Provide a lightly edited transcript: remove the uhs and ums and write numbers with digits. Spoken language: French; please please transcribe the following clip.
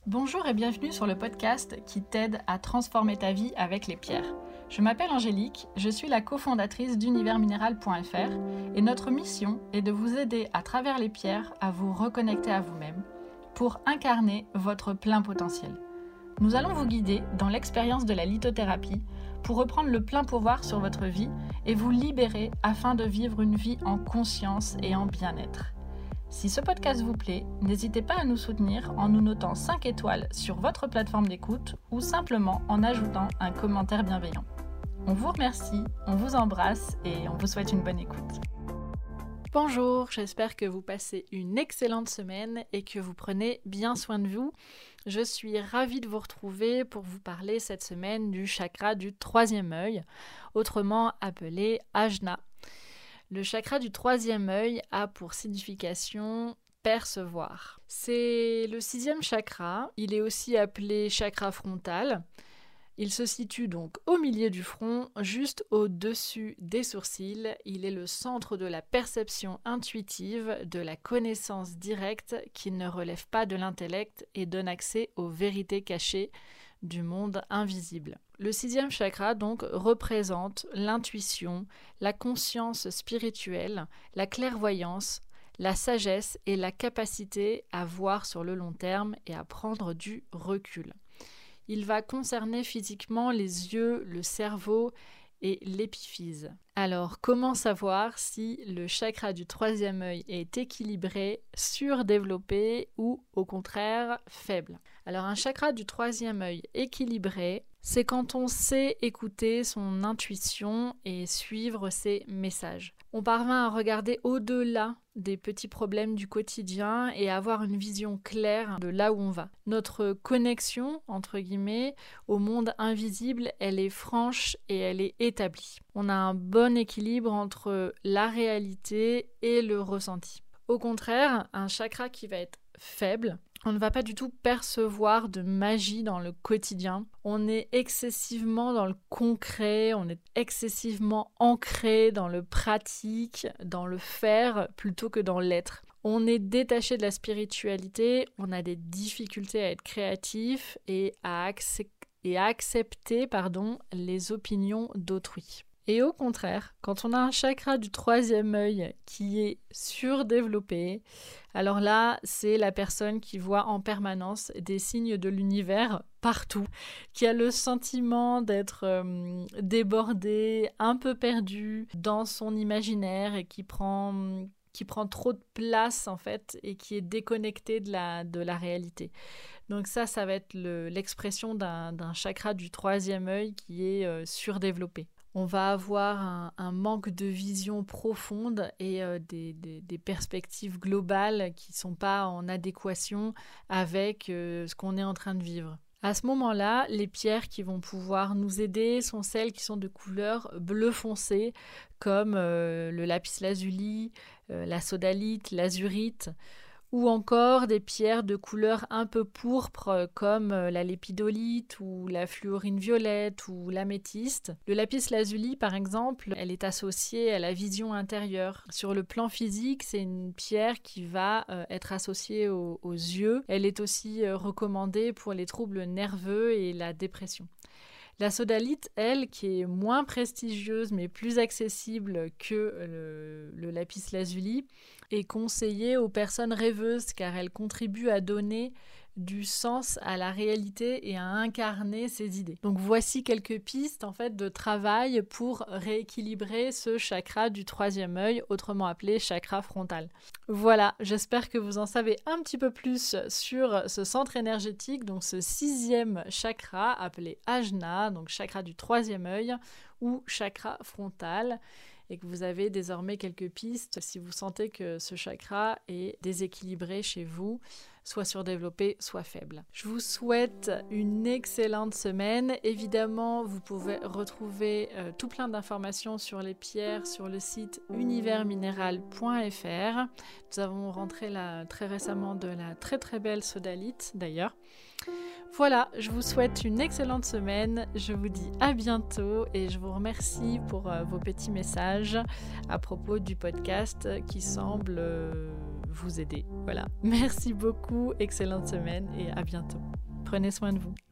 Bonjour et bienvenue sur le podcast qui t'aide à transformer ta vie avec les pierres. Je m'appelle Angélique, je suis la cofondatrice d'universminéral.fr et notre mission est de vous aider à travers les pierres à vous reconnecter à vous-même pour incarner votre plein potentiel. Nous allons vous guider dans l'expérience de la lithothérapie pour reprendre le plein pouvoir sur votre vie et vous libérer afin de vivre une vie en conscience et en bien-être. Si ce podcast vous plaît, n'hésitez pas à nous soutenir en nous notant 5 étoiles sur votre plateforme d'écoute ou simplement en ajoutant un commentaire bienveillant. On vous remercie, on vous embrasse et on vous souhaite une bonne écoute. Bonjour, j'espère que vous passez une excellente semaine et que vous prenez bien soin de vous. Je suis ravie de vous retrouver pour vous parler cette semaine du chakra du troisième œil, autrement appelé Ajna. Le chakra du troisième œil a pour signification percevoir. C'est le 6e chakra, il est aussi appelé chakra frontal. Il se situe donc au milieu du front, juste au-dessus des sourcils. Il est le centre de la perception intuitive, de la connaissance directe qui ne relève pas de l'intellect et donne accès aux vérités cachées du monde invisible. Le 6e chakra donc représente l'intuition, la conscience spirituelle, la clairvoyance, la sagesse et la capacité à voir sur le long terme et à prendre du recul. Il va concerner physiquement les yeux, le cerveau et l'épiphyse. Alors, comment savoir si le chakra du troisième œil est équilibré, surdéveloppé ou au contraire faible? Alors, un chakra du troisième œil équilibré, c'est quand on sait écouter son intuition et suivre ses messages. On parvient à regarder au-delà des petits problèmes du quotidien et à avoir une vision claire de là où on va. Notre connexion, entre guillemets, au monde invisible, elle est franche et elle est établie. On a un bon équilibre entre la réalité et le ressenti. Au contraire, un chakra qui va être faible, on ne va pas du tout percevoir de magie dans le quotidien. On est excessivement dans le concret, on est excessivement ancré dans le pratique, dans le faire, plutôt que dans l'être. On est détaché de la spiritualité, on a des difficultés à être créatif et à accepter les opinions d'autrui. Et au contraire, quand on a un chakra du troisième œil qui est surdéveloppé, alors là, c'est la personne qui voit en permanence des signes de l'univers partout, qui a le sentiment d'être débordé, un peu perdu dans son imaginaire et qui prend trop de place en fait et qui est déconnecté de la réalité. Donc ça va être l'expression d'un chakra du troisième œil qui est surdéveloppé. On va avoir un manque de vision profonde et des perspectives globales qui ne sont pas en adéquation avec ce qu'on est en train de vivre. À ce moment-là, les pierres qui vont pouvoir nous aider sont celles qui sont de couleur bleu foncé, comme le lapis-lazuli, la sodalite, l'azurite, ou encore des pierres de couleur un peu pourpre comme la lépidolite ou la fluorine violette ou l'améthyste. Le lapis-lazuli, par exemple, elle est associée à la vision intérieure. Sur le plan physique, c'est une pierre qui va être associée aux yeux. Elle est aussi recommandée pour les troubles nerveux et la dépression. La sodalite, elle, qui est moins prestigieuse mais plus accessible que le lapis-lazuli, est conseillée aux personnes rêveuses car elle contribue à donner du sens à la réalité et à incarner ses idées. Donc voici quelques pistes en fait de travail pour rééquilibrer ce chakra du troisième œil, autrement appelé chakra frontal. Voilà, j'espère que vous en savez un petit peu plus sur ce centre énergétique, donc ce 6e chakra appelé Ajna, donc chakra du troisième œil ou chakra frontal, et que vous avez désormais quelques pistes si vous sentez que ce chakra est déséquilibré chez vous, soit surdéveloppé, soit faible. Je vous souhaite une excellente semaine. Évidemment, vous pouvez retrouver tout plein d'informations sur les pierres sur le site universminéral.fr. Nous avons rentré très récemment de la très très belle sodalite d'ailleurs. Voilà, je vous souhaite une excellente semaine, je vous dis à bientôt et je vous remercie pour vos petits messages à propos du podcast qui semble vous aider. Voilà. Merci beaucoup, excellente semaine et à bientôt. Prenez soin de vous.